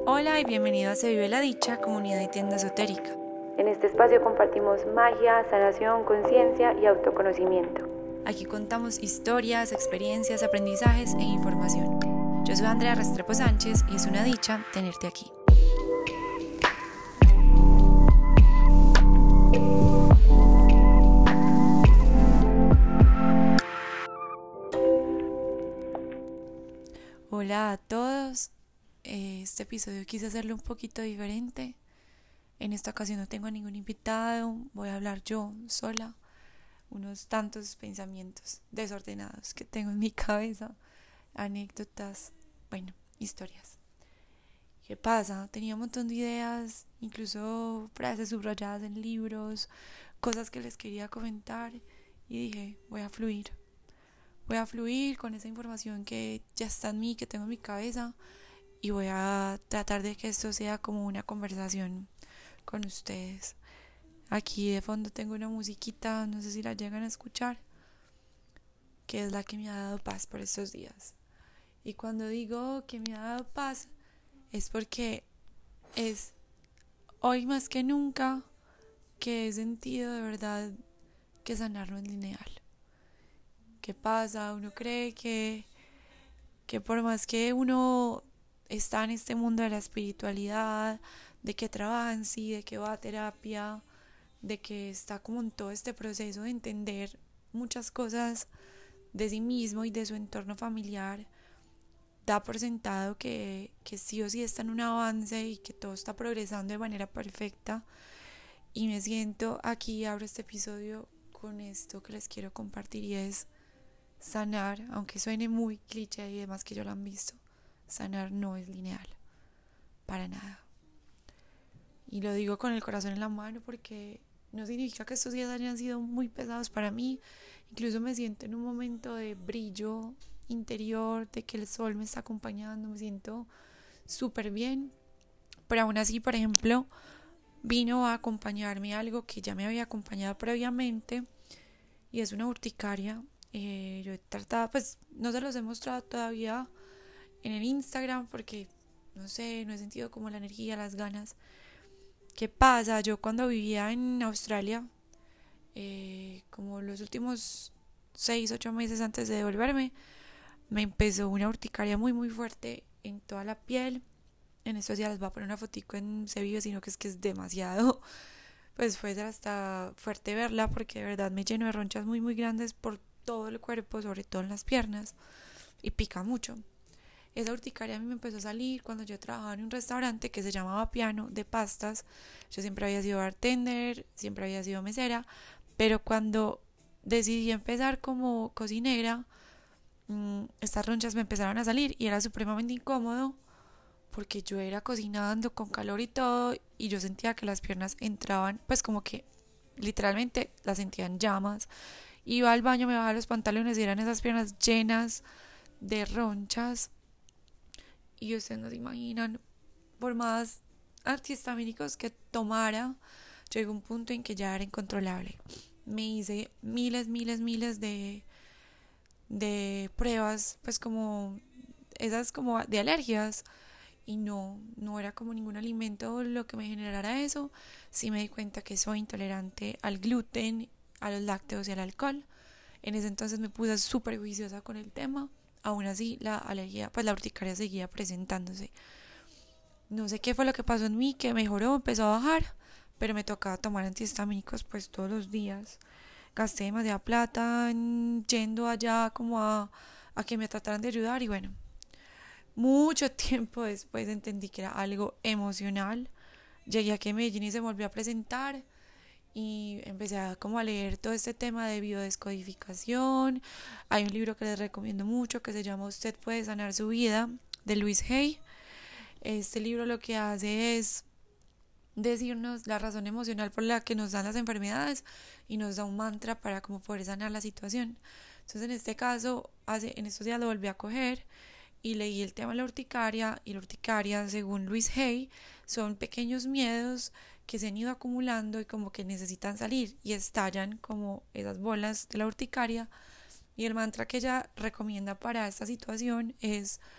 Hola y bienvenido a Se Vive la Dicha, comunidad y tienda esotérica. En este espacio compartimos magia, sanación, conciencia y autoconocimiento. Aquí contamos historias, experiencias, aprendizajes e información. Yo soy Andrea Restrepo Sánchez y es una dicha tenerte aquí. Hola a todos. Este episodio quise hacerlo un poquito diferente. En esta ocasión no tengo a ningún invitado, voy a hablar yo sola. Unos tantos pensamientos desordenados que tengo en mi cabeza, anécdotas, historias. ¿Qué pasa? Tenía un montón de ideas, incluso frases subrayadas en libros, cosas que les quería comentar y dije, voy a fluir con esa información que ya está en mí, que tengo en mi cabeza y voy a tratar de que esto sea como una conversación con ustedes. Aquí de fondo tengo una musiquita, no sé si la llegan a escuchar, que es la que me ha dado paz por estos días. Y cuando digo que me ha dado paz, es porque es hoy más que nunca que he sentido de verdad que sanar no es lineal. ¿Qué pasa? Uno cree que por más que uno está en este mundo de la espiritualidad, de que trabaja en sí, de que va a terapia, de que está como en todo este proceso de entender muchas cosas de sí mismo y de su entorno familiar, da por sentado que sí o sí está en un avance y que todo está progresando de manera perfecta. Y me siento aquí, abro este episodio con esto que les quiero compartir y es sanar, aunque suene muy cliché y demás que ya lo han visto, sanar no es lineal, para nada. Y lo digo con el corazón en la mano porque no significa que estos días hayan sido muy pesados para mí. Incluso me siento en un momento de brillo interior, de que el sol me está acompañando, me siento súper bien. Pero aún así, por ejemplo, vino a acompañarme algo que ya me había acompañado previamente y es una urticaria. Yo he tratado, pues no se los he mostrado todavía en el Instagram porque no sé, no he sentido como la energía, las ganas. ¿Qué pasa? Yo cuando vivía en Australia, como los últimos 6-8 meses antes de devolverme, me empezó una urticaria muy muy fuerte en toda la piel. En estos días les voy a poner una fotico en Se Vive, sino que es demasiado, pues fue hasta fuerte verla porque de verdad me lleno de ronchas muy muy grandes por todo el cuerpo, sobre todo en las piernas, y pica mucho. Esa urticaria a mí me empezó a salir cuando yo trabajaba en un restaurante que se llamaba Piano de pastas. Yo siempre había sido bartender, siempre había sido mesera, pero cuando decidí empezar como cocinera, estas ronchas me empezaron a salir y era supremamente incómodo porque yo era cocinando con calor y todo y yo sentía que las piernas entraban, pues como que literalmente las sentían llamas. Iba al baño, me bajaba los pantalones y eran esas piernas llenas de ronchas. Y ustedes no se imaginan, por más antihistamínicos que tomara, llegó un punto en que ya era incontrolable. Me hice miles de pruebas, pues como esas como de alergias, y no era como ningún alimento lo que me generara eso. Sí me di cuenta que soy intolerante al gluten, a los lácteos y al alcohol. En ese entonces me puse súper juiciosa con el tema. Aún así la alergia, pues la urticaria seguía presentándose. No sé qué fue lo que pasó en mí, que mejoró, empezó a bajar, pero me tocaba tomar antihistamínicos pues todos los días. Gasté demasiada plata yendo allá como a que me trataran de ayudar y bueno, mucho tiempo después entendí que era algo emocional. Llegué aquí a Medellín y se volvió a presentar y empecé como a leer todo este tema de biodescodificación. Hay un libro que les recomiendo mucho que se llama Usted puede sanar su vida, de Louise Hay. Este libro lo que hace es decirnos la razón emocional por la que nos dan las enfermedades y nos da un mantra para como poder sanar la situación. Entonces en este caso, en estos días lo volví a coger y leí el tema de la urticaria, y la urticaria, según Louise Hay, son pequeños miedos que se han ido acumulando y como que necesitan salir y estallan como esas bolas de la urticaria. Y el mantra que ella recomienda para esta situación es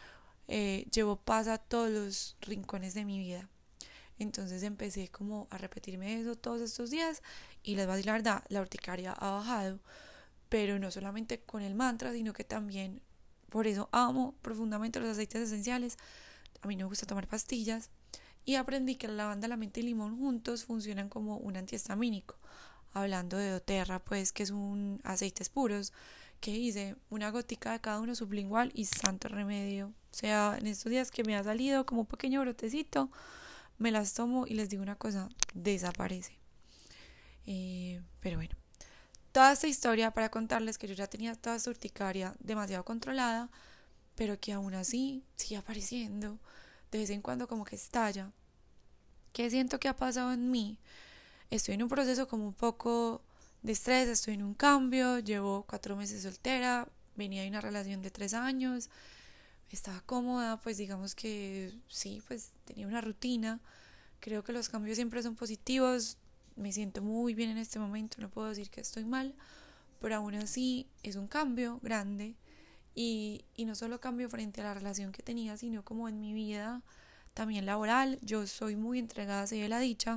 llevó paz a todos los rincones de mi vida. Entonces empecé como a repetirme eso todos estos días y les voy a decir la verdad, la urticaria ha bajado, pero no solamente con el mantra, sino que también, por eso amo profundamente los aceites esenciales. A mí no me gusta tomar pastillas y aprendí que la lavanda, la menta y limón juntos funcionan como un antihistamínico. Hablando de doTERRA, pues, que es un aceites puros, que hice una gotica de cada uno sublingual y santo remedio. O sea, en estos días que me ha salido como un pequeño brotecito, me las tomo y les digo una cosa, desaparece. Pero bueno, toda esta historia para contarles que yo ya tenía toda esta urticaria demasiado controlada, pero que aún así sigue apareciendo. De vez en cuando como que estalla. ¿Qué siento que ha pasado en mí? Estoy en un proceso como un poco de estrés, estoy en un cambio, llevo 4 meses soltera, venía de una relación de 3 años, estaba cómoda, pues digamos que sí, pues tenía una rutina. Creo que los cambios siempre son positivos, me siento muy bien en este momento, no puedo decir que estoy mal, pero aún así es un cambio grande y no solo cambio frente a la relación que tenía, sino como en mi vida también laboral. Yo soy muy entregada hacia la dicha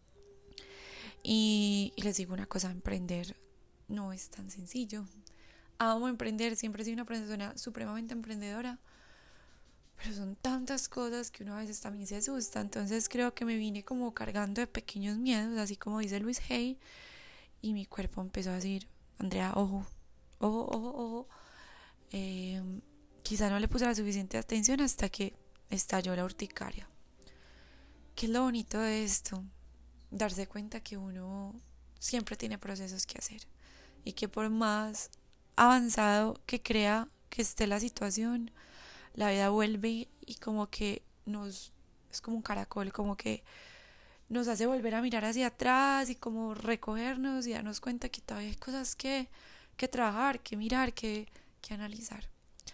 y les digo una cosa, emprender no es tan sencillo. Amo emprender, siempre he sido una persona supremamente emprendedora, pero son tantas cosas que uno a veces también se asusta. Entonces creo que me vine como cargando de pequeños miedos, así como dice Luis Hay, y mi cuerpo empezó a decir, Andrea, ojo, ojo, ojo, ojo. Quizá no le puse la suficiente atención hasta que estalló la urticaria. ¿Qué es lo bonito de esto? Darse cuenta que uno siempre tiene procesos que hacer y que por más avanzado que crea que esté la situación, la vida vuelve y como que es como un caracol, como que nos hace volver a mirar hacia atrás y como recogernos y darnos cuenta que todavía hay cosas que trabajar, que mirar, que analizar.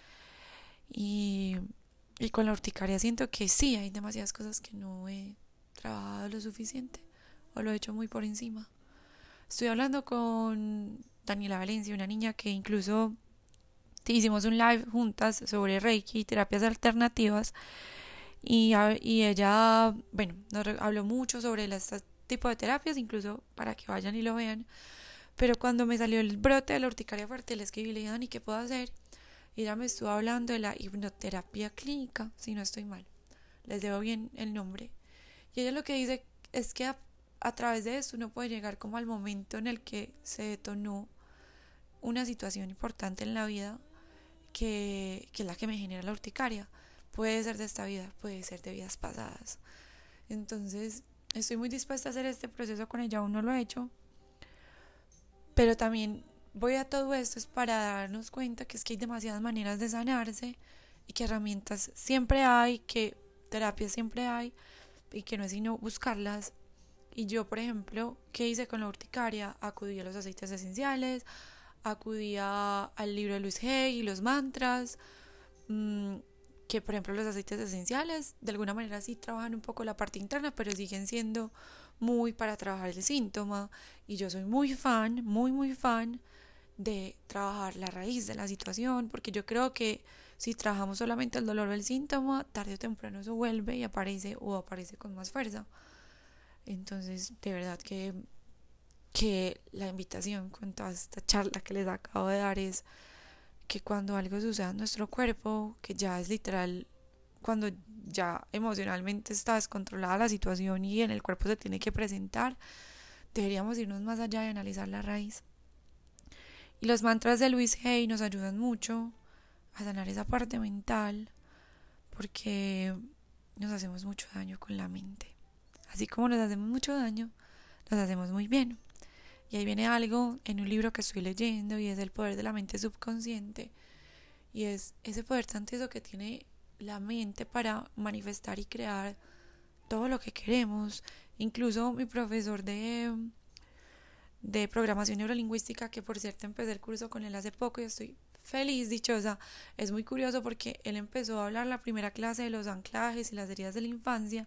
Y con la urticaria siento que sí, hay demasiadas cosas que no he trabajado lo suficiente o lo he hecho muy por encima. Estoy hablando con Daniela Valencia, una niña que incluso hicimos un live juntas sobre Reiki y terapias alternativas y ella, bueno, nos habló mucho sobre este tipo de terapias, incluso para que vayan y lo vean. Pero cuando me salió el brote de la urticaria fuerte, le escribí y le dije, Dani, ¿qué puedo hacer? Y ella me estuvo hablando de la hipnoterapia clínica, si no estoy mal. Les debo bien el nombre. Y ella lo que dice es que a través de esto uno puede llegar como al momento en el que se detonó una situación importante en la vida que es la que me genera la urticaria. Puede ser de esta vida, puede ser de vidas pasadas. Entonces, estoy muy dispuesta a hacer este proceso con ella, aún no lo he hecho. Pero también voy a todo esto es para darnos cuenta que es que hay demasiadas maneras de sanarse y que herramientas siempre hay, que terapias siempre hay y que no es sino buscarlas. Y yo, por ejemplo, ¿qué hice con la urticaria? Acudí a los aceites esenciales, acudí al libro de Luis Hay y los mantras, que por ejemplo los aceites esenciales de alguna manera sí trabajan un poco la parte interna, pero siguen siendo muy para trabajar el síntoma. Y yo soy muy fan, muy fan de trabajar la raíz de la situación, porque yo creo que si trabajamos solamente el dolor o el síntoma, tarde o temprano eso vuelve y aparece con más fuerza. Entonces, de verdad que la invitación con toda esta charla que les acabo de dar es que cuando algo suceda en nuestro cuerpo, que ya es literal, cuando ya emocionalmente está descontrolada la situación y en el cuerpo se tiene que presentar, deberíamos irnos más allá y analizar la raíz. Y los mantras de Luis Hay nos ayudan mucho a sanar esa parte mental, porque nos hacemos mucho daño con la mente. Así como nos hacemos mucho daño, nos hacemos muy bien. Y ahí viene algo en un libro que estoy leyendo y es el poder de la mente subconsciente. Y es ese poder tan teso que tiene la mente para manifestar y crear todo lo que queremos. Incluso mi profesor de programación neurolingüística, que por cierto empecé el curso con él hace poco y estoy feliz, dichosa. Es muy curioso porque él empezó a hablar la primera clase de los anclajes y las heridas de la infancia.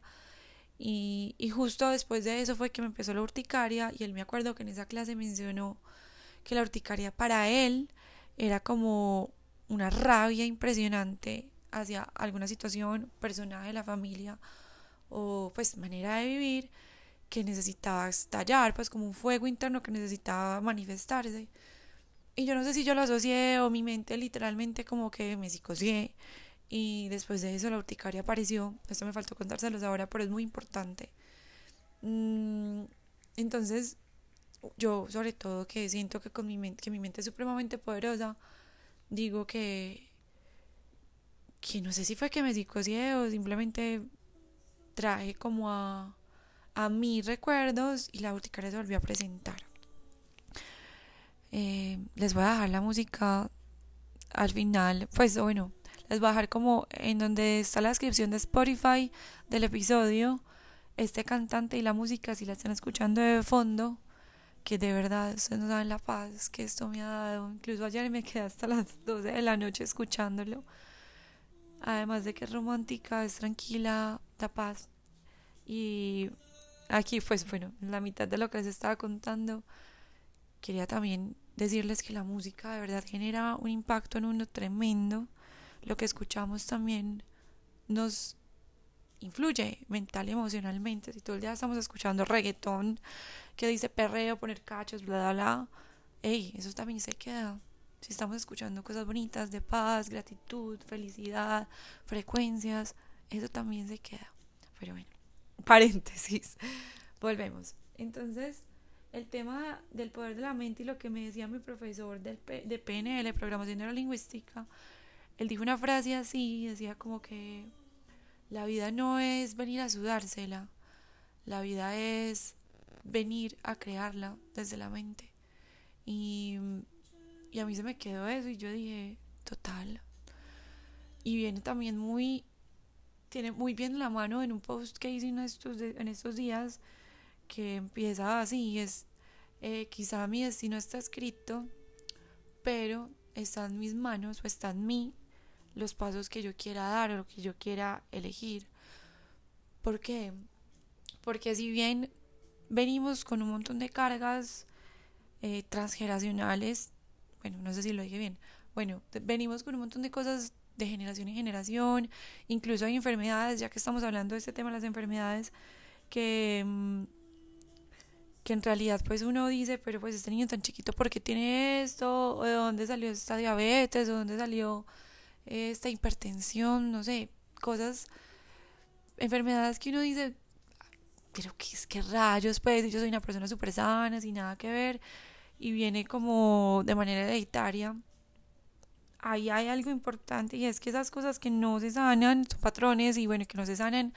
Y justo después de eso fue que me empezó la urticaria y él me acuerdo que en esa clase mencionó que la urticaria para él era como una rabia impresionante hacia alguna situación, personaje de la familia o pues manera de vivir que necesitaba estallar, pues como un fuego interno que necesitaba manifestarse. Y yo no sé si yo lo asocié o mi mente literalmente como que me psicoseé. Y después de eso la urticaria apareció. Esto me faltó contárselos ahora, pero es muy importante. Entonces, yo sobre todo que siento que con mi mente es supremamente poderosa, digo que no sé si fue que me psicoseé o simplemente traje como a mis recuerdos y la urticaria se volvió a presentar. Les voy a dejar la música al final, pues bueno, les voy a dejar como en donde está la descripción de Spotify del episodio, este cantante y la música, si la están escuchando de fondo, que de verdad ustedes no saben la paz que esto me ha dado. Incluso ayer me quedé hasta las 12 de la noche escuchándolo. Además de que es romántica, es tranquila, da paz. Y aquí pues bueno, en la mitad de lo que les estaba contando, quería también decirles que la música de verdad genera un impacto en uno tremendo. Lo que escuchamos también nos influye mental y emocionalmente. Si todo el día estamos escuchando reggaetón que dice perreo, poner cachos, bla, bla, bla, ey, eso también se queda. Si estamos escuchando cosas bonitas de paz, gratitud, felicidad, frecuencias, eso también se queda. Pero bueno, paréntesis, volvemos. Entonces, el tema del poder de la mente y lo que me decía mi profesor de PNL, Programación Neurolingüística, él dijo una frase así, decía como que la vida no es venir a sudársela, la vida es venir a crearla desde la mente. Y, y a mí se me quedó eso y yo dije, total. Y viene también tiene muy bien la mano en un post que hice en estos días que empieza así, es quizá mi destino está escrito, pero está en mis manos o está en mí los pasos que yo quiera dar o lo que yo quiera elegir. ¿Por qué? Porque si bien venimos con un montón de cargas transgeneracionales, bueno, no sé si lo dije bien, bueno, venimos con un montón de cosas de generación en generación, incluso hay enfermedades, ya que estamos hablando de este tema de las enfermedades, que que en realidad pues uno dice, pero pues este niño tan chiquito, ¿por qué tiene esto? ¿O de dónde salió esta diabetes? ¿O de dónde salió esta hipertensión? No sé, cosas, enfermedades que uno dice, pero qué rayos, pues yo soy una persona súper sana, sin nada que ver, y viene como de manera hereditaria. Ahí hay algo importante y es que esas cosas que no se sanan son patrones y bueno, que no se sanan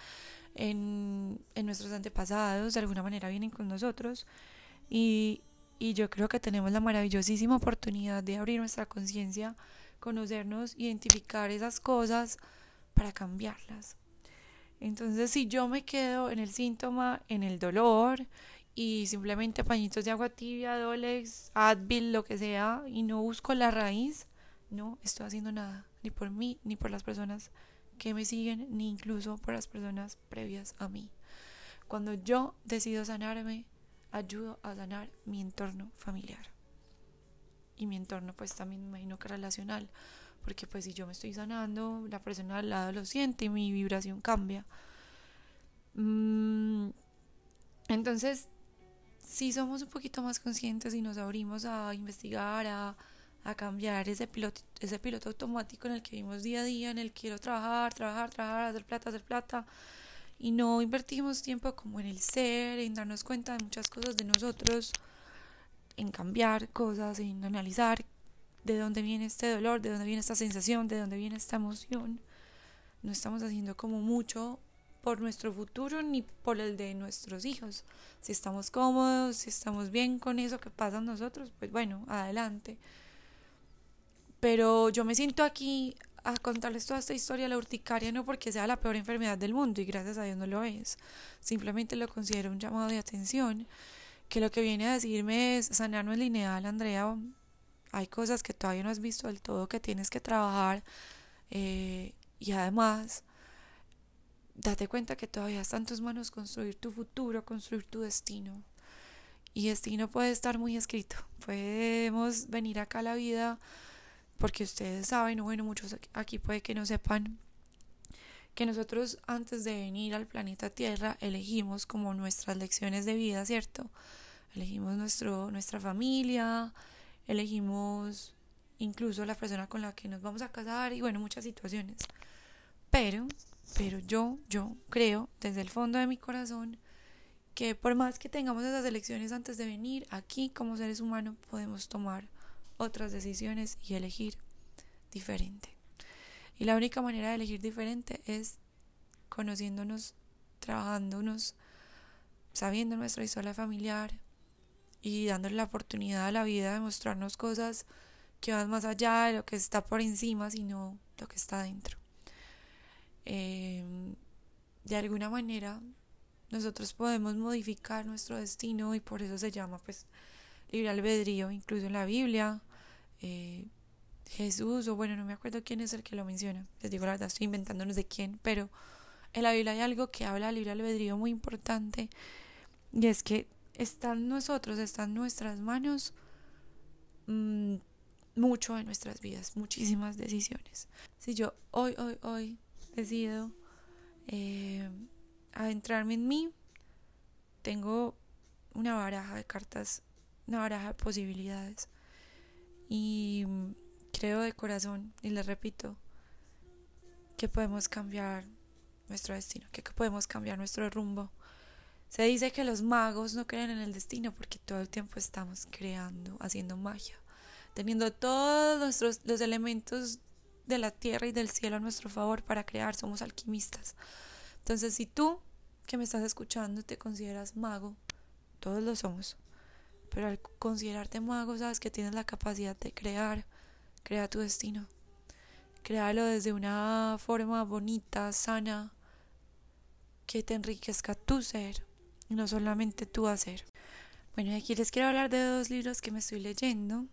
en nuestros antepasados, de alguna manera vienen con nosotros y, y yo creo que tenemos la maravillosísima oportunidad de abrir nuestra conciencia, conocernos, identificar esas cosas para cambiarlas. Entonces, si yo me quedo en el síntoma, en el dolor y simplemente pañitos de agua tibia, Dolex, Advil, lo que sea, y no busco la raíz, no estoy haciendo nada, ni por mí, ni por las personas que me siguen, ni incluso por las personas previas a mí. Cuando yo decido sanarme, ayudo a sanar mi entorno familiar. Y mi entorno pues también me imagino que relacional, porque pues si yo me estoy sanando, la persona al lado lo siente y mi vibración cambia. Entonces, si somos un poquito más conscientes y nos abrimos a investigar, a cambiar ese piloto automático en el que vivimos día a día, en el que quiero trabajar, hacer plata, y no invertimos tiempo como en el ser, en darnos cuenta de muchas cosas de nosotros, en cambiar cosas, en analizar de dónde viene este dolor, de dónde viene esta sensación, de dónde viene esta emoción. No estamos haciendo como mucho por nuestro futuro ni por el de nuestros hijos. Si estamos cómodos, si estamos bien con eso que pasa en nosotros, pues bueno, adelante. Pero yo me siento aquí a contarles toda esta historia de la urticaria no porque sea la peor enfermedad del mundo y gracias a Dios no lo es. Simplemente lo considero un llamado de atención que lo que viene a decirme es sanar no es lineal, Andrea. Hay cosas que todavía no has visto del todo que tienes que trabajar y además date cuenta que todavía está en tus manos construir tu futuro, construir tu destino. Y destino puede estar muy escrito. Podemos venir acá a la vida porque ustedes saben, o bueno, muchos aquí puede que no sepan, que nosotros antes de venir al planeta Tierra elegimos como nuestras lecciones de vida, ¿cierto? Elegimos nuestra familia, elegimos incluso la persona con la que nos vamos a casar y bueno, muchas situaciones. Pero yo creo desde el fondo de mi corazón que por más que tengamos esas elecciones antes de venir, aquí como seres humanos podemos tomar otras decisiones y elegir diferente. Y la única manera de elegir diferente es conociéndonos, trabajándonos, sabiendo nuestra historia familiar y dándole la oportunidad a la vida de mostrarnos cosas que van más allá de lo que está por encima, sino lo que está dentro. De alguna manera nosotros podemos modificar nuestro destino y por eso se llama pues libre albedrío, incluso en la Biblia. Jesús, o bueno, no me acuerdo quién es el que lo menciona, les digo la verdad, estoy inventándonos de quién, pero en la Biblia hay algo que habla de libre albedrío muy importante, y es que está en nosotros, está en nuestras manos mucho en nuestras vidas, muchísimas decisiones. Si yo hoy decido adentrarme en mí, tengo una baraja de cartas, una baraja de posibilidades, y creo de corazón, y les repito, que podemos cambiar nuestro destino, que podemos cambiar nuestro rumbo. Se dice que los magos no creen en el destino porque todo el tiempo estamos creando, haciendo magia, teniendo todos los elementos de la tierra y del cielo a nuestro favor para crear. Somos alquimistas. Entonces, si tú que me estás escuchando te consideras mago, todos lo somos, pero al considerarte mago sabes que tienes la capacidad de crear. Crea tu destino, créalo desde una forma bonita, sana, que te enriquezca tu ser y no solamente tu hacer. Bueno, y aquí les quiero hablar de 2 libros que me estoy leyendo.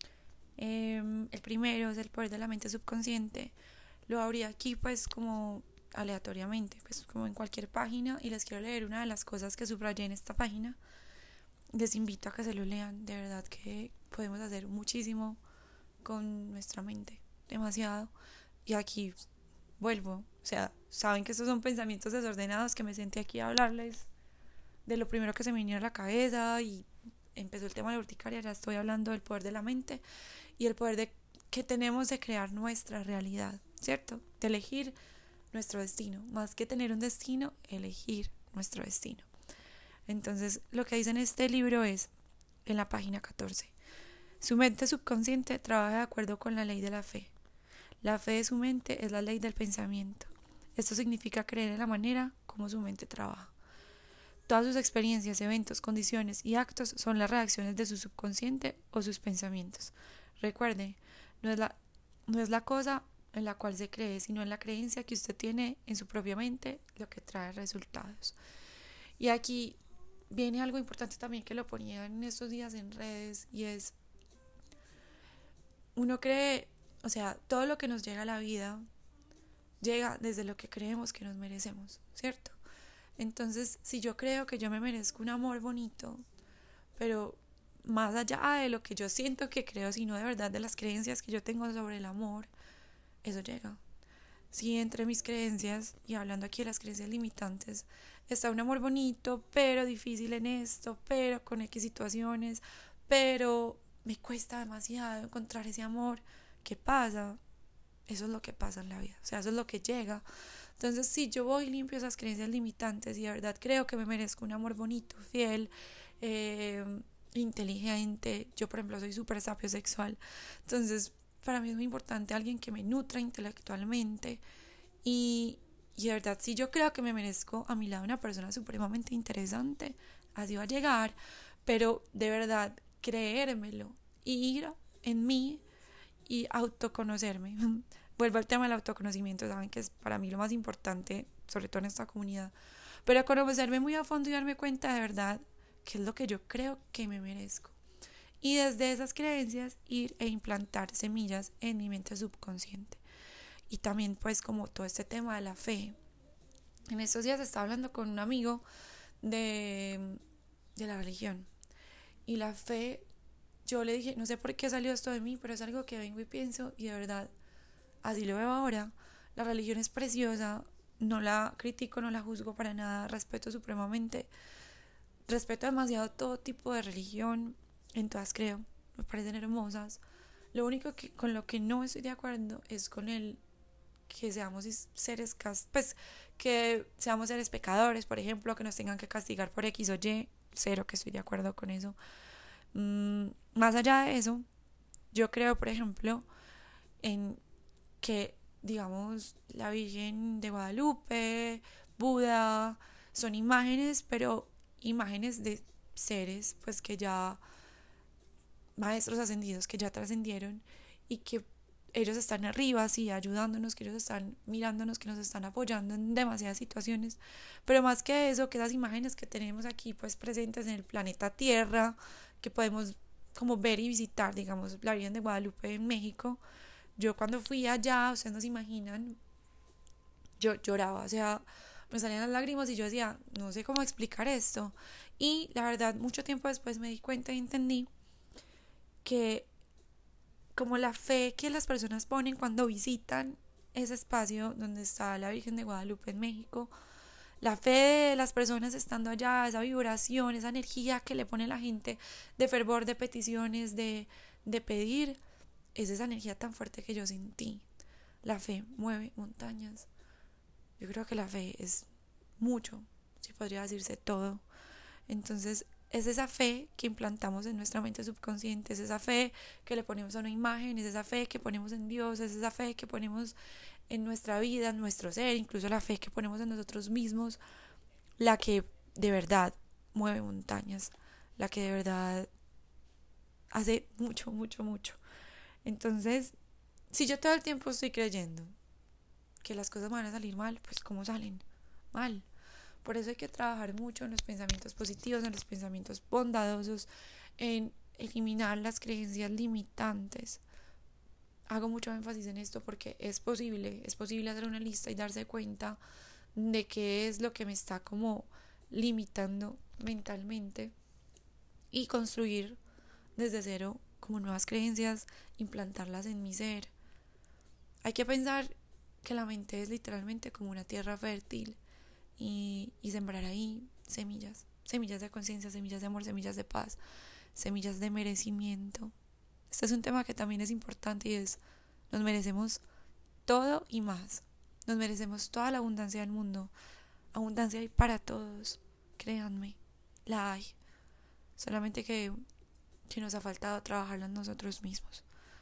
El primero es El poder de la mente subconsciente. Lo abrí aquí pues como aleatoriamente, pues como en cualquier página, y les quiero leer una de las cosas que subrayé en esta página. Les invito a que se lo lean, de verdad que podemos hacer muchísimo con nuestra mente, demasiado. Y aquí vuelvo, o sea, saben que estos son pensamientos desordenados, que me senté aquí a hablarles de lo primero que se me vino a la cabeza y empezó el tema de la urticaria. Ya estoy hablando del poder de la mente y el poder que tenemos de crear nuestra realidad, ¿cierto? De elegir nuestro destino, más que tener un destino, elegir nuestro destino. Entonces, lo que dice en este libro es, en la página 14, su mente subconsciente trabaja de acuerdo con la ley de la fe. La fe de su mente es la ley del pensamiento. Esto significa creer en la manera como su mente trabaja. Todas sus experiencias, eventos, condiciones y actos son las reacciones de su subconsciente o sus pensamientos. Recuerde, no es la cosa en la cual se cree, sino en la creencia que usted tiene en su propia mente lo que trae resultados. Y aquí viene algo importante también que lo ponía en estos días en redes, y es, uno cree, o sea, todo lo que nos llega a la vida llega desde lo que creemos que nos merecemos, ¿cierto? Entonces, si yo creo que yo me merezco un amor bonito, pero más allá de lo que yo siento que creo, sino de verdad de las creencias que yo tengo sobre el amor, eso llega. Si entre mis creencias, y hablando aquí de las creencias limitantes, está un amor bonito, pero difícil en esto, pero con X situaciones, pero me cuesta demasiado encontrar ese amor, ¿qué pasa? Eso es lo que pasa en la vida, o sea, eso es lo que llega. Entonces, si yo voy y limpio esas creencias limitantes y de verdad creo que me merezco un amor bonito, fiel, inteligente, yo por ejemplo soy súper sapiosexual, entonces para mí es muy importante alguien que me nutra intelectualmente, y de verdad, si yo creo que me merezco a mi lado una persona supremamente interesante, así va a llegar, pero de verdad creérmelo y ir en mí y autoconocerme. Vuelvo al tema del autoconocimiento, saben que es para mí lo más importante, sobre todo en esta comunidad, pero conocerme muy a fondo y darme cuenta de verdad qué es lo que yo creo que me merezco, y desde esas creencias ir e implantar semillas en mi mente subconsciente. Y también pues como todo este tema de la fe. En estos días estaba hablando con un amigo de la religión, y la fe, yo le dije, no sé por qué salió esto de mí, pero es algo que vengo y pienso, y de verdad así lo veo ahora. La religión es preciosa, no la critico, no la juzgo para nada, respeto supremamente, respeto demasiado todo tipo de religión, en todas creo, me parecen hermosas. Lo único que con lo que no estoy de acuerdo es con el que seamos seres, pues que seamos seres pecadores, por ejemplo, que nos tengan que castigar por X o Y, cero que estoy de acuerdo con eso. Más allá de eso, yo creo, por ejemplo, en que, digamos, la Virgen de Guadalupe, Buda, son imágenes, pero imágenes de seres, pues que ya, maestros ascendidos, que ya trascendieron y que ellos están arriba, sí, ayudándonos, que ellos están mirándonos, que nos están apoyando en demasiadas situaciones, pero más que eso, que esas imágenes que tenemos aquí, pues presentes en el planeta Tierra, que podemos como ver y visitar, digamos, la Virgen de Guadalupe en México. Yo cuando fui allá, ustedes no se imaginan, yo lloraba, o sea, me salían las lágrimas y yo decía, no sé cómo explicar esto. Y la verdad, mucho tiempo después me di cuenta y entendí que como la fe que las personas ponen cuando visitan ese espacio donde está la Virgen de Guadalupe en México, la fe de las personas estando allá, esa vibración, esa energía que le pone la gente de fervor, de peticiones, de pedir, es esa energía tan fuerte que yo sentí. La fe mueve montañas. Yo creo que la fe es mucho, si podría decirse todo. Entonces, es esa fe que implantamos en nuestra mente subconsciente, es esa fe que le ponemos a una imagen, es esa fe que ponemos en Dios, es esa fe que ponemos en nuestra vida, en nuestro ser, incluso la fe que ponemos en nosotros mismos, la que de verdad mueve montañas, la que de verdad hace mucho, mucho, mucho. Entonces, si yo todo el tiempo estoy creyendo que las cosas van a salir mal, pues ¿cómo salen? Mal. Por eso hay que trabajar mucho en los pensamientos positivos, en los pensamientos bondadosos, en eliminar las creencias limitantes. Hago mucho énfasis en esto porque es posible hacer una lista y darse cuenta de qué es lo que me está como limitando mentalmente y construir desde cero como nuevas creencias, implantarlas en mi ser. Hay que pensar que la mente es literalmente como una tierra fértil y sembrar ahí semillas de conciencia, semillas de amor, semillas de paz, semillas de merecimiento. Este es un tema que también es importante y es, nos merecemos todo y más. Nos merecemos toda la abundancia del mundo. Abundancia hay para todos, créanme, la hay. Solamente que nos ha faltado trabajarla en nosotros mismos.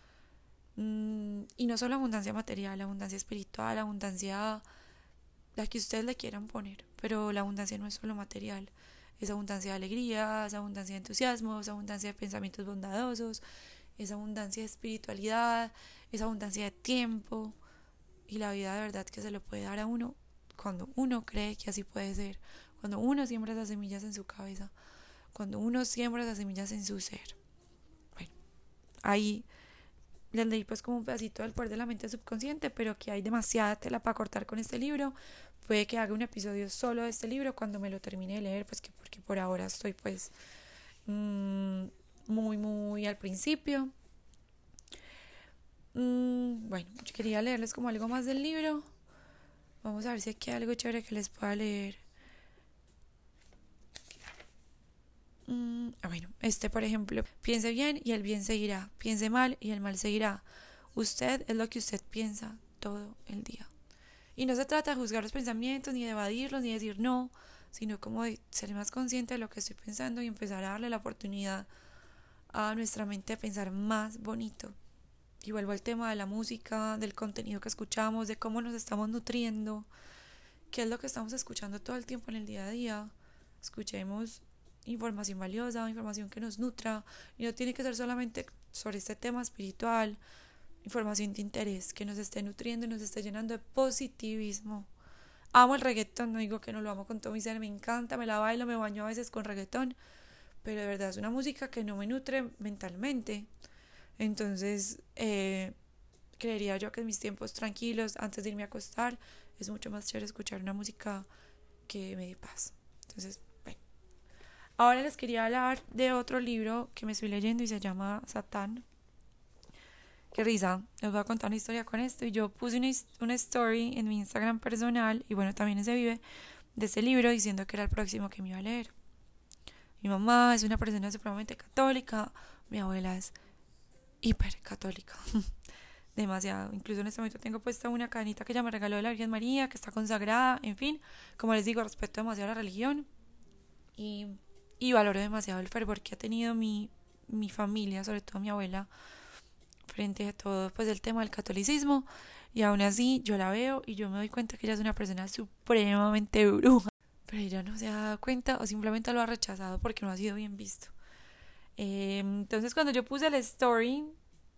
Y no solo abundancia material, abundancia espiritual, abundancia la que ustedes le quieran poner, pero la abundancia no es solo material, es abundancia de alegría, es abundancia de entusiasmo, es abundancia de pensamientos bondadosos, es abundancia de espiritualidad, es abundancia de tiempo, y la vida de verdad que se lo puede dar a uno cuando uno cree que así puede ser, cuando uno siembra esas semillas en su cabeza, cuando uno siembra esas semillas en su ser. Bueno, ahí les leí pues como un pedacito del poder de la mente subconsciente, pero que hay demasiada tela para cortar con este libro. Puede que haga un episodio solo de este libro cuando me lo termine de leer, pues que porque por ahora estoy pues muy al principio. Bueno, yo quería leerles como algo más del libro. Vamos a ver si aquí hay algo chévere que les pueda leer. Bueno, por ejemplo, piense bien y el bien seguirá, piense mal y el mal seguirá. Usted es lo que usted piensa todo el día. Y no se trata de juzgar los pensamientos, ni de evadirlos, ni de decir no, sino como de ser más consciente de lo que estoy pensando y empezar a darle la oportunidad a nuestra mente de pensar más bonito. Y vuelvo al tema de la música, del contenido que escuchamos, de cómo nos estamos nutriendo, qué es lo que estamos escuchando todo el tiempo en el día a día. Escuchemos información valiosa, información que nos nutra, y no tiene que ser solamente sobre este tema espiritual, información de interés que nos esté nutriendo y nos esté llenando de positivismo. Amo el reggaetón, no digo que no lo amo con todo mi ser, me encanta, me la bailo, me baño a veces con reggaetón, pero de verdad es una música que no me nutre mentalmente. Entonces, creería yo que en mis tiempos tranquilos, antes de irme a acostar, es mucho más chévere escuchar una música que me dé paz. Entonces, bueno. Ahora les quería hablar de otro libro que me estoy leyendo y se llama Satán. qué risa, les voy a contar una historia con esto. Y yo puse una story en mi Instagram personal, y bueno, también ese vive, de ese libro, diciendo que era el próximo que me iba a leer. Mi mamá es una persona supremamente católica, mi abuela es hiper católica, demasiado. Incluso en este momento tengo puesta una cadenita que ella me regaló de la Virgen María, que está consagrada, en fin, como les digo, respeto demasiado la religión y, y valoro demasiado el fervor que ha tenido mi familia, sobre todo mi abuela, frente a todo pues el tema del catolicismo. Y aún así yo la veo y yo me doy cuenta que ella es una persona supremamente bruja, pero ella no se ha dado cuenta o simplemente lo ha rechazado porque no ha sido bien visto. Entonces cuando yo puse el story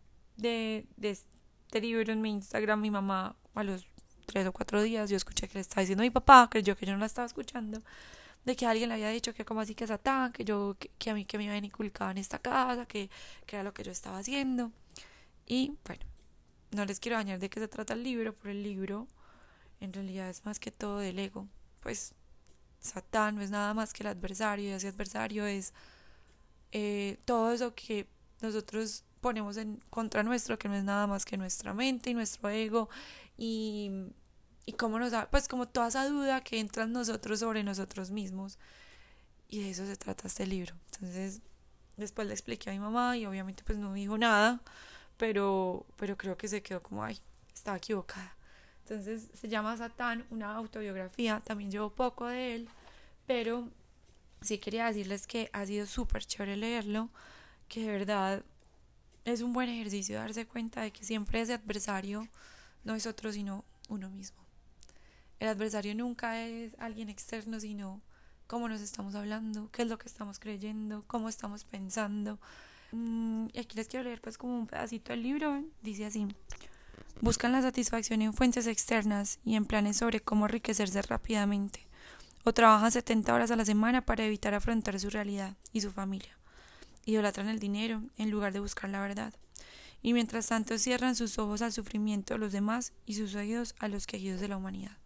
de este libro en mi Instagram, mi mamá a los 3 o 4 días yo escuché que le estaba diciendo a mi papá, creyó que yo no la estaba escuchando, de que alguien le había dicho que como así que Satán, que a mí que me habían inculcado en esta casa, que era lo que yo estaba haciendo. Y bueno, no les quiero dañar de qué se trata el libro, pero el libro en realidad es más que todo del ego. Pues Satán no es nada más que el adversario, y ese adversario es todo eso que nosotros ponemos en contra nuestro, que no es nada más que nuestra mente y nuestro ego, y, y cómo nos da, pues como toda esa duda que entra en nosotros sobre nosotros mismos. Y de eso se trata este libro. Entonces, después le expliqué a mi mamá y obviamente pues no dijo nada, pero creo que se quedó como, ay, estaba equivocada. Entonces se llama Satán, una autobiografía, también llevo poco de él, pero sí quería decirles que ha sido súper chévere leerlo, que de verdad es un buen ejercicio darse cuenta de que siempre ese adversario no es otro sino uno mismo. El adversario nunca es alguien externo, sino cómo nos estamos hablando, qué es lo que estamos creyendo, cómo estamos pensando. Y aquí les quiero leer pues como un pedacito del libro. Dice así: buscan la satisfacción en fuentes externas y en planes sobre cómo enriquecerse rápidamente, o trabajan 70 horas a la semana para evitar afrontar su realidad y su familia. Idolatran el dinero en lugar de buscar la verdad, y mientras tanto cierran sus ojos al sufrimiento de los demás y sus oídos a los quejidos de la humanidad.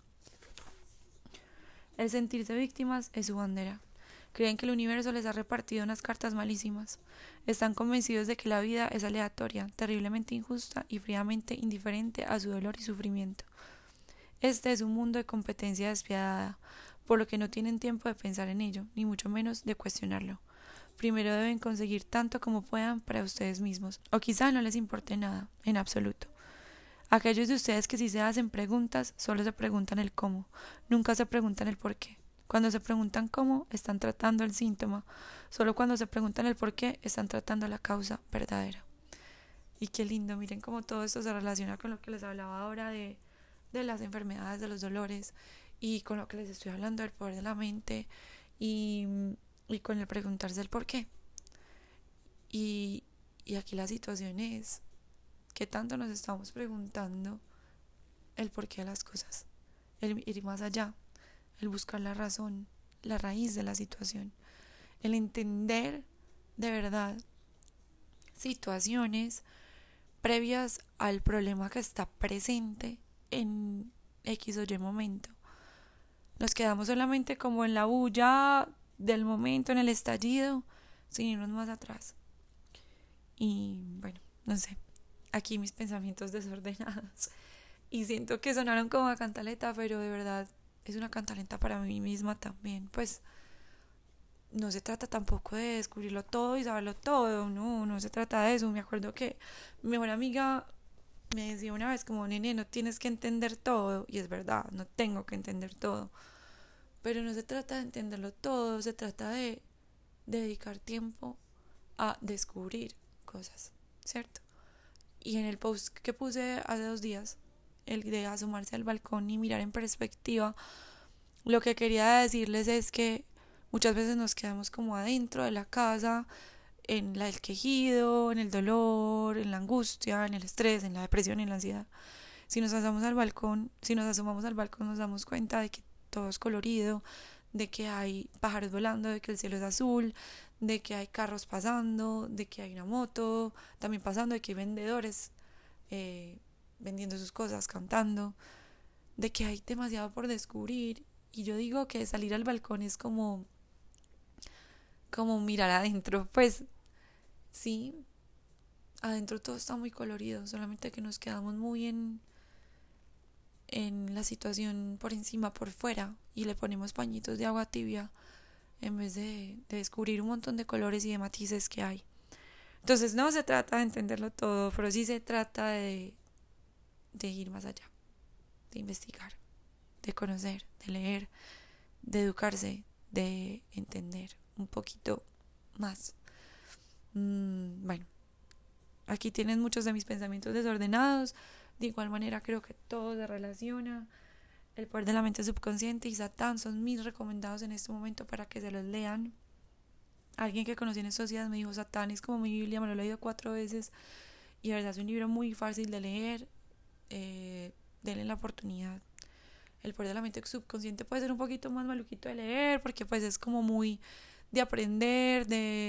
El sentirse víctimas es su bandera. Creen que el universo les ha repartido unas cartas malísimas. Están convencidos de que la vida es aleatoria, terriblemente injusta y fríamente indiferente a su dolor y sufrimiento. Este es un mundo de competencia despiadada, por lo que no tienen tiempo de pensar en ello, ni mucho menos de cuestionarlo. Primero deben conseguir tanto como puedan para ustedes mismos, o quizá no les importe nada, en absoluto. Aquellos de ustedes que sí se hacen preguntas, solo se preguntan el cómo, nunca se preguntan el por qué. Cuando se preguntan cómo, están tratando el síntoma. Solo cuando se preguntan el por qué, están tratando la causa verdadera. Y qué lindo, miren cómo todo esto se relaciona con lo que les hablaba ahora de las enfermedades, de los dolores, y con lo que les estoy hablando del poder de la mente, y con el preguntarse el por qué. Y aquí la situación es que tanto nos estamos preguntando el porqué de las cosas, el ir más allá, el buscar la razón, la raíz de la situación, el entender de verdad situaciones previas al problema que está presente en X o Y momento. Nos quedamos solamente como en la bulla del momento, en el estallido, sin irnos más atrás. Y bueno, no sé, aquí mis pensamientos desordenados. Y siento que sonaron como a cantaleta, pero de verdad es una cantaleta para mí misma también. Pues no se trata tampoco de descubrirlo todo y saberlo todo, no se trata de eso. Me acuerdo que mi mejor amiga me decía una vez como, nene, no tienes que entender todo, y es verdad, no tengo que entender todo, pero no se trata de entenderlo todo, se trata de dedicar tiempo a descubrir cosas, ¿cierto? Y en el post que puse hace 2 días, el de asomarse al balcón y mirar en perspectiva, lo que quería decirles es que muchas veces nos quedamos como adentro de la casa, en el quejido, en el dolor, en la angustia, en el estrés, en la depresión, en la ansiedad. Si nos asomamos al balcón, nos damos cuenta de que todo es colorido, de que hay pájaros volando, de que el cielo es azul, de que hay carros pasando, de que hay una moto también pasando, de que hay vendedores vendiendo sus cosas, cantando, de que hay demasiado por descubrir. Y yo digo que salir al balcón es como mirar adentro, pues sí, adentro todo está muy colorido, solamente que nos quedamos muy en la situación por encima, por fuera, y le ponemos pañitos de agua tibia en vez de descubrir un montón de colores y de matices que hay. Entonces no se trata de entenderlo todo, pero sí se trata de ir más allá, de investigar, de conocer, de leer, de educarse, de entender un poquito más. Bueno, aquí tienen muchos de mis pensamientos desordenados. De igual manera creo que todo se relaciona. El poder de la mente subconsciente y Satán son mis recomendados en este momento para que se los lean. Alguien que conocí en estos días me dijo: Satán es como mi Biblia, me lo he leído 4 veces y de verdad es un libro muy fácil de leer. Denle la oportunidad. El poder de la mente subconsciente puede ser un poquito más maluquito de leer porque pues es como muy de aprender,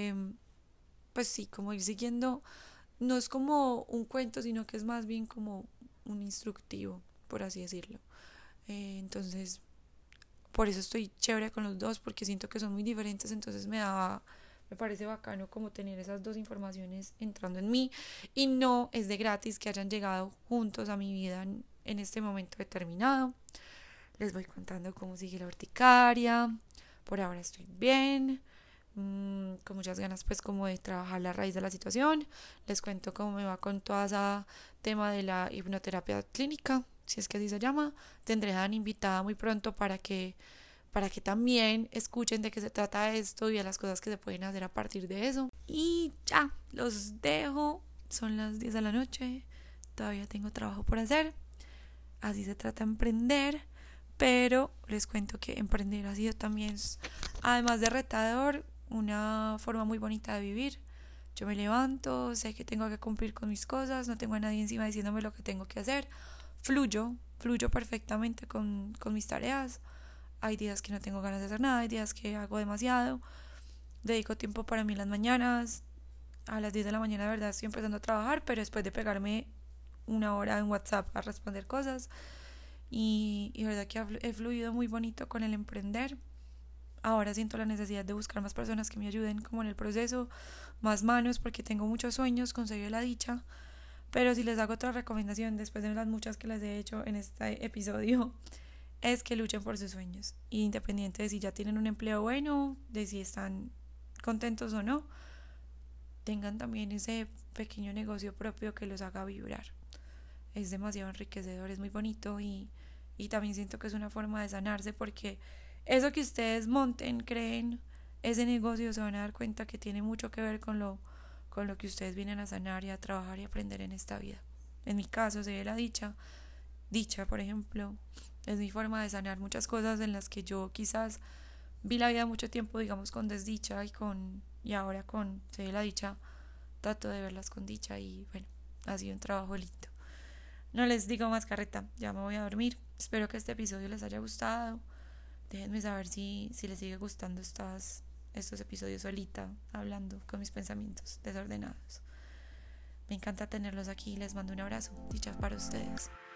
pues sí, como ir siguiendo. No es como un cuento, sino que es más bien como un instructivo, por así decirlo. Entonces, por eso estoy chévere con los dos, porque siento que son muy diferentes. Entonces me parece bacano como tener esas dos informaciones entrando en mí, y no es de gratis que hayan llegado juntos a mi vida en este momento determinado. Les voy contando cómo sigue la urticaria. Por ahora estoy bien, con muchas ganas pues como de trabajar la raíz de la situación. Les cuento cómo me va con todo ese tema de la hipnoterapia clínica, si es que así se llama. Tendré a una invitada muy pronto para que también escuchen de qué se trata esto y de las cosas que se pueden hacer a partir de eso. Y ya, los dejo. Son las 10 de la noche. Todavía tengo trabajo por hacer. Así se trata de emprender. Pero les cuento que emprender ha sido también, además de retador, una forma muy bonita de vivir. Yo me levanto, sé que tengo que cumplir con mis cosas, no tengo a nadie encima diciéndome lo que tengo que hacer. Fluyo perfectamente con mis tareas. Hay días que no tengo ganas de hacer nada, hay días que hago demasiado. Dedico tiempo para mí en las mañanas. A las 10 de la mañana de verdad estoy empezando a trabajar, pero después de pegarme 1 hora en WhatsApp a responder cosas. Y verdad que he fluido muy bonito con el emprender. Ahora siento la necesidad de buscar más personas que me ayuden como en el proceso, más manos, porque tengo muchos sueños, conseguí la dicha. Pero si les hago otra recomendación, después de las muchas que les he hecho en este episodio, es que luchen por sus sueños. Y independiente de si ya tienen un empleo bueno, de si están contentos o no, tengan también ese pequeño negocio propio que los haga vibrar. Es demasiado enriquecedor, es muy bonito, y también siento que es una forma de sanarse, porque eso que ustedes monten, creen, ese negocio, se van a dar cuenta que tiene mucho que ver con lo que ustedes vienen a sanar y a trabajar y aprender en esta vida. En mi caso se ve la dicha, por ejemplo, es mi forma de sanar muchas cosas en las que yo quizás vi la vida mucho tiempo, digamos, con desdicha, y ahora con se ve la dicha, trato de verlas con dicha, y bueno, ha sido un trabajo lindo. No les digo más carreta, ya me voy a dormir. Espero que este episodio les haya gustado. Déjenme saber si les sigue gustando estos episodios solita, hablando con mis pensamientos desordenados. Me encanta tenerlos aquí. Les mando un abrazo. Dicha para ustedes.